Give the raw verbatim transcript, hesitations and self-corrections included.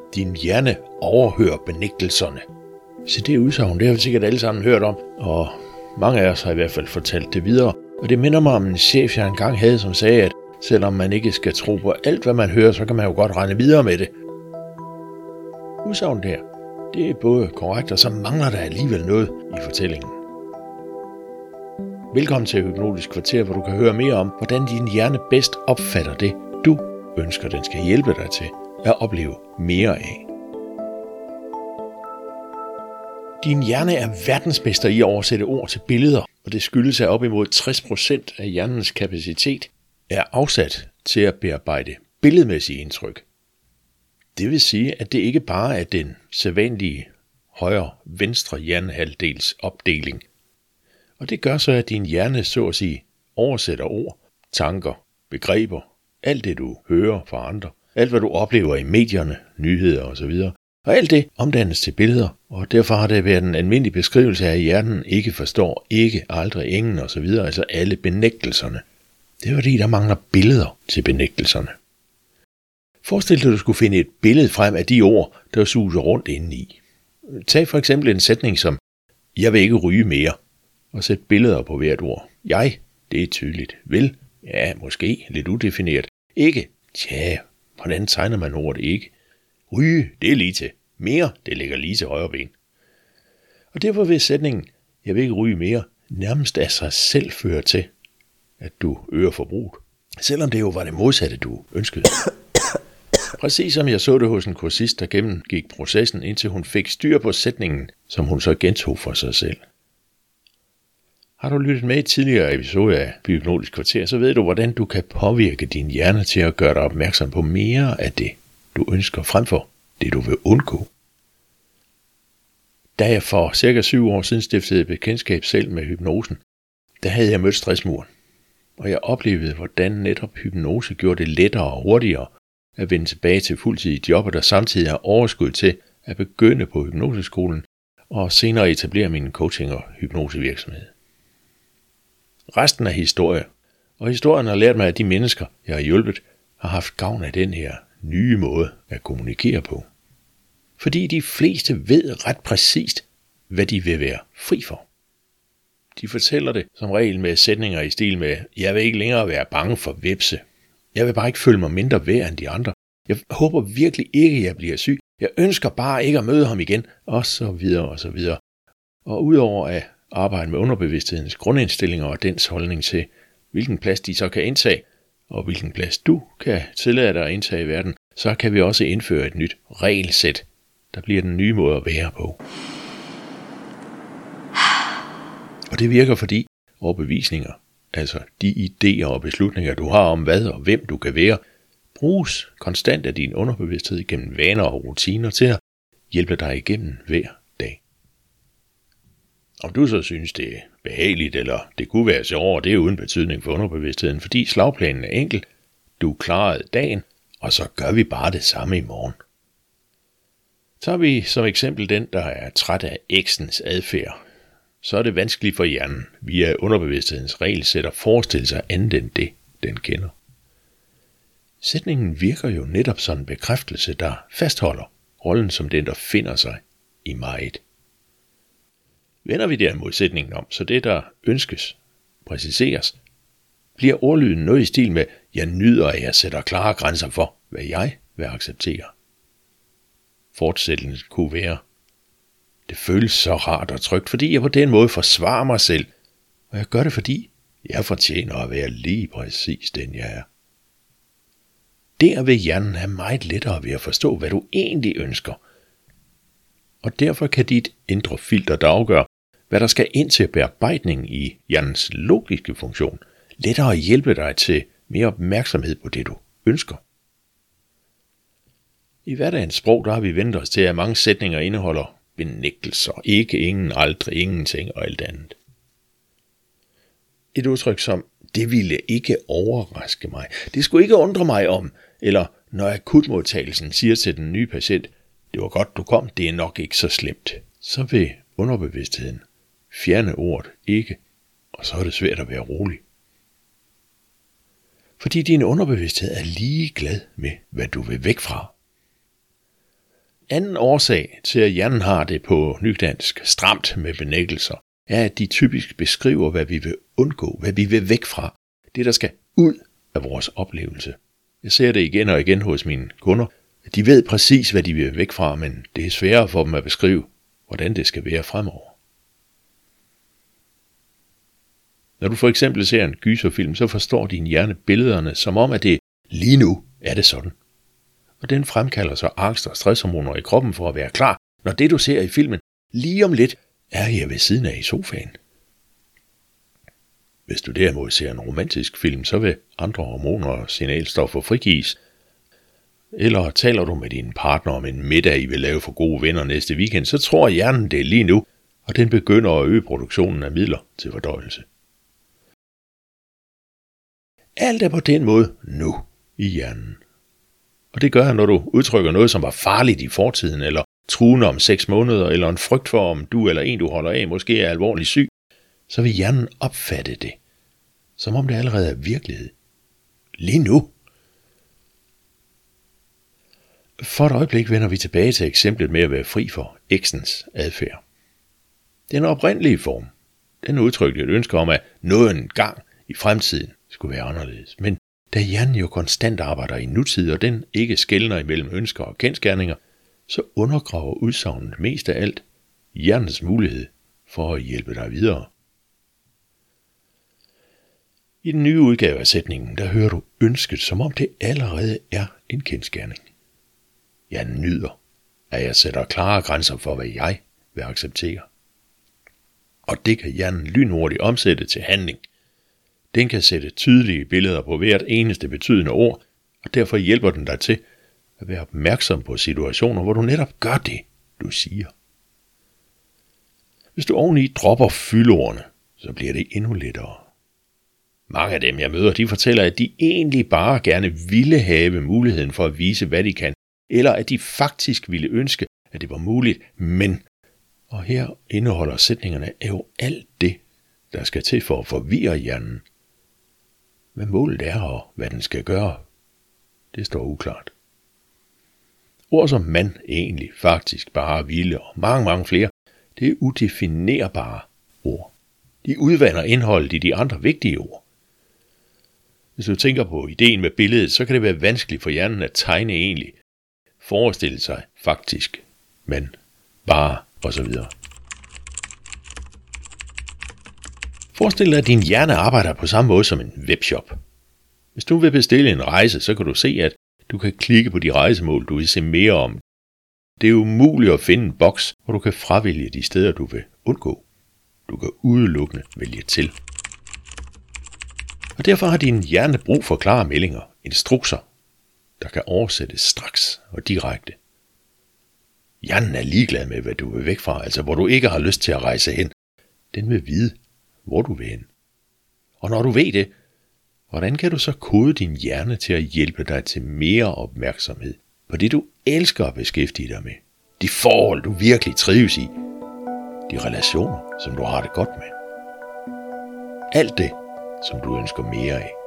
Din hjerne overhører benægtelserne. Så det udsagn, det har vi sikkert alle sammen hørt om, og mange af os har i hvert fald fortalt det videre. Og det minder mig om en chef, jeg engang havde, som sagde, at selvom man ikke skal tro på alt, hvad man hører, så kan man jo godt regne videre med det. Udsagnet der, det er både korrekt, og så mangler der alligevel noget i fortællingen. Velkommen til Hypnotisk Kvarter, hvor du kan høre mere om, hvordan din hjerne bedst opfatter det, du ønsker, den skal hjælpe dig til at opleve mere af. Din hjerne er verdensmester i at oversætte ord til billeder, og det skyldes, at op imod tres procent af hjernens kapacitet er afsat til at bearbejde billedmæssige indtryk. Det vil sige, at det ikke bare er den sædvanlige højre-venstre hjernehalvdels opdeling. Og det gør så, at din hjerne så at sige oversætter ord, tanker, begreber, alt det du hører fra andre, alt hvad du oplever i medierne, nyheder osv., og alt det omdannes til billeder, og derfor har det været en almindelig beskrivelse af, at hjernen ikke forstår, ikke, aldrig, ingen osv., altså alle benægtelserne. Det er fordi, der mangler billeder til benægtelserne. Forestil dig, at du skulle finde et billede frem af de ord, der suser rundt indeni. Tag for eksempel en sætning som, jeg vil ikke ryge mere, og sæt billeder på hvert ord. Jeg, det er tydeligt. Vil, ja, måske, lidt udefineret. Ikke, tja, hvordan tegner man ordet ikke? Ryge, det er lige til. Mere, det ligger lige til højre ben. Og derfor vil sætningen, jeg vil ikke ryge mere, nærmest af sig selv føre til, at du øger forbruget. Selvom det jo var det modsatte, du ønskede. Præcis som jeg så det hos en kursist, der gennemgik processen, indtil hun fik styr på sætningen, som hun så gentog for sig selv. Har du lyttet med i tidligere episode af Hypnotisk Kvarter, så ved du, hvordan du kan påvirke din hjerne til at gøre dig opmærksom på mere af det, du ønsker frem for det, du vil undgå. Da jeg for cirka syv år siden stiftede bekendtskab selv med hypnosen, der havde jeg mødt stressmuren, og jeg oplevede, hvordan netop hypnose gjorde det lettere og hurtigere at vende tilbage til fuldtidig job, og der samtidig har overskud til at begynde på hypnoseskolen og senere etablere min coaching- og hypnosevirksomhed. Resten er historie, og historien har lært mig, at de mennesker, jeg har hjulpet, har haft gavn af den her nye måde at kommunikere på. Fordi de fleste ved ret præcist, hvad de vil være fri for. De fortæller det som regel med sætninger i stil med, jeg vil ikke længere være bange for hvepse. Jeg vil bare ikke føle mig mindre værd end de andre. Jeg håber virkelig ikke, at jeg bliver syg. Jeg ønsker bare ikke at møde ham igen, og så videre og så videre. Og udover at arbejde med underbevidsthedens grundindstillinger og dens holdning til, hvilken plads de så kan indtage, og hvilken plads du kan tillade dig at indtage i verden, så kan vi også indføre et nyt regelsæt, der bliver den nye måde at være på. Og det virker fordi overbevisninger, altså de idéer og beslutninger, du har om hvad og hvem du kan være, bruges konstant af din underbevidsthed gennem vaner og rutiner til at hjælpe dig igennem hver dag. Om du så synes, det er behageligt, eller det kunne være sjovere, det er uden betydning for underbevidstheden, fordi slagplanen er enkel. Du klarede dagen, og så gør vi bare det samme i morgen. Så har vi som eksempel den, der er træt af eksens adfærd. Så er det vanskeligt for hjernen via underbevidsthedens regelsæt at forestille sig andet end det, den kender. Sætningen virker jo netop som en bekræftelse, der fastholder rollen som den, der finder sig i meget. Vender vi derimod sætningen om, så det, der ønskes, præciseres, bliver ordlyden noget i stil med, jeg nyder, at jeg sætter klare grænser for, hvad jeg vil acceptere. Fortsættelsen kunne være, det føles så rart og trygt, fordi jeg på den måde forsvarer mig selv, og jeg gør det, fordi jeg fortjener at være lige præcis den, jeg er. Der vil hjernen have meget lettere ved at forstå, hvad du egentlig ønsker, og derfor kan dit indre filter, der afgør, hvad der skal ind til bearbejdning i hjernens logiske funktion, lettere hjælpe dig til mere opmærksomhed på det, du ønsker. I hverdagens sprog, der har vi vendt os til, at mange sætninger indeholder benægtelser, ikke, ingen, aldrig, ingenting og alt andet. Et udtryk som, det ville ikke overraske mig, det skulle ikke undre mig om, eller når akutmodtagelsen siger til den nye patient, det var godt du kom, det er nok ikke så slemt, så vil underbevidstheden fjerne ordet ikke, og så er det svært at være rolig. Fordi din underbevidsthed er ligeglad med, hvad du vil væk fra. anden årsag til, at hjernen har det på nydansk stramt med benægtelser, er, at de typisk beskriver, hvad vi vil undgå, hvad vi vil væk fra. Det, der skal ud af vores oplevelse. Jeg ser det igen og igen hos mine kunder. De ved præcis, hvad de vil væk fra, men det er sværere for dem at beskrive, hvordan det skal være fremover. Når du for eksempel ser en gyserfilm, så forstår din hjerne billederne, som om, at det lige nu er det sådan. Og den fremkalder så angst og stresshormoner i kroppen for at være klar, når det du ser i filmen lige om lidt er her ved siden af i sofaen. Hvis du derimod ser en romantisk film, så vil andre hormoner og signalstoffer frigives. Eller taler du med din partner om en middag, I vil lave for gode venner næste weekend, så tror hjernen det lige nu, og den begynder at øge produktionen af midler til fordøjelse. Alt er på den måde nu i hjernen. Og det gør, når du udtrykker noget, som var farligt i fortiden, eller truende om seks måneder, eller en frygt for, om du eller en, du holder af, måske er alvorligt syg, så vil hjernen opfatte det, som om det allerede er virkelighed. Lige nu. For et øjeblik vender vi tilbage til eksemplet med at være fri for eksens adfærd. Den oprindelige form, den udtrykte et ønske om, at noget en gang i fremtiden skulle være anderledes. Men da hjernen jo konstant arbejder i nutid, og den ikke skelner imellem ønsker og kendsgerninger, så undergraver udsagnet mest af alt hjernens mulighed for at hjælpe dig videre. I den nye udgave af sætningen, der hører du ønsket, som om det allerede er en kendsgerning. Jeg nyder, at jeg sætter klare grænser for, hvad jeg vil acceptere. Og det kan hjernen lynhurtigt omsætte til handling. Den kan sætte tydelige billeder på hvert eneste betydende ord, og derfor hjælper den dig til at være opmærksom på situationer, hvor du netop gør det, du siger. Hvis du oveni dropper fyldordene, så bliver det endnu lettere. Mange af dem, jeg møder, de fortæller, at de egentlig bare gerne ville have muligheden for at vise, hvad de kan, eller at de faktisk ville ønske, at det var muligt, men, og her indeholder sætningerne jo alt det, der skal til for at forvirre hjernen. Hvad målet er og hvad den skal gøre, det står uklart. Ord som man egentlig, faktisk, bare, ville og mange, mange flere, det er udefinerbare ord. De udvander indholdet i de andre vigtige ord. Hvis du tænker på ideen med billedet, så kan det være vanskeligt for hjernen at tegne egentlig, forestille sig faktisk, men, bare osv. Forestil dig, at din hjerne arbejder på samme måde som en webshop. Hvis du vil bestille en rejse, så kan du se, at du kan klikke på de rejsemål, du vil se mere om. Det er umuligt at finde en boks, hvor du kan fravælge de steder, du vil undgå. Du kan udelukkende vælge til. Og derfor har din hjerne brug for klare meldinger, instrukser, der kan oversættes straks og direkte. Hjernen er ligeglad med, hvad du vil væk fra, altså hvor du ikke har lyst til at rejse hen. Den vil vide, hvor du vil hen. Og når du ved det, hvordan kan du så kode din hjerne til at hjælpe dig til mere opmærksomhed på det, du elsker at beskæftige dig med? De forhold, du virkelig trives i. De relationer, som du har det godt med. Alt det, som du ønsker mere af.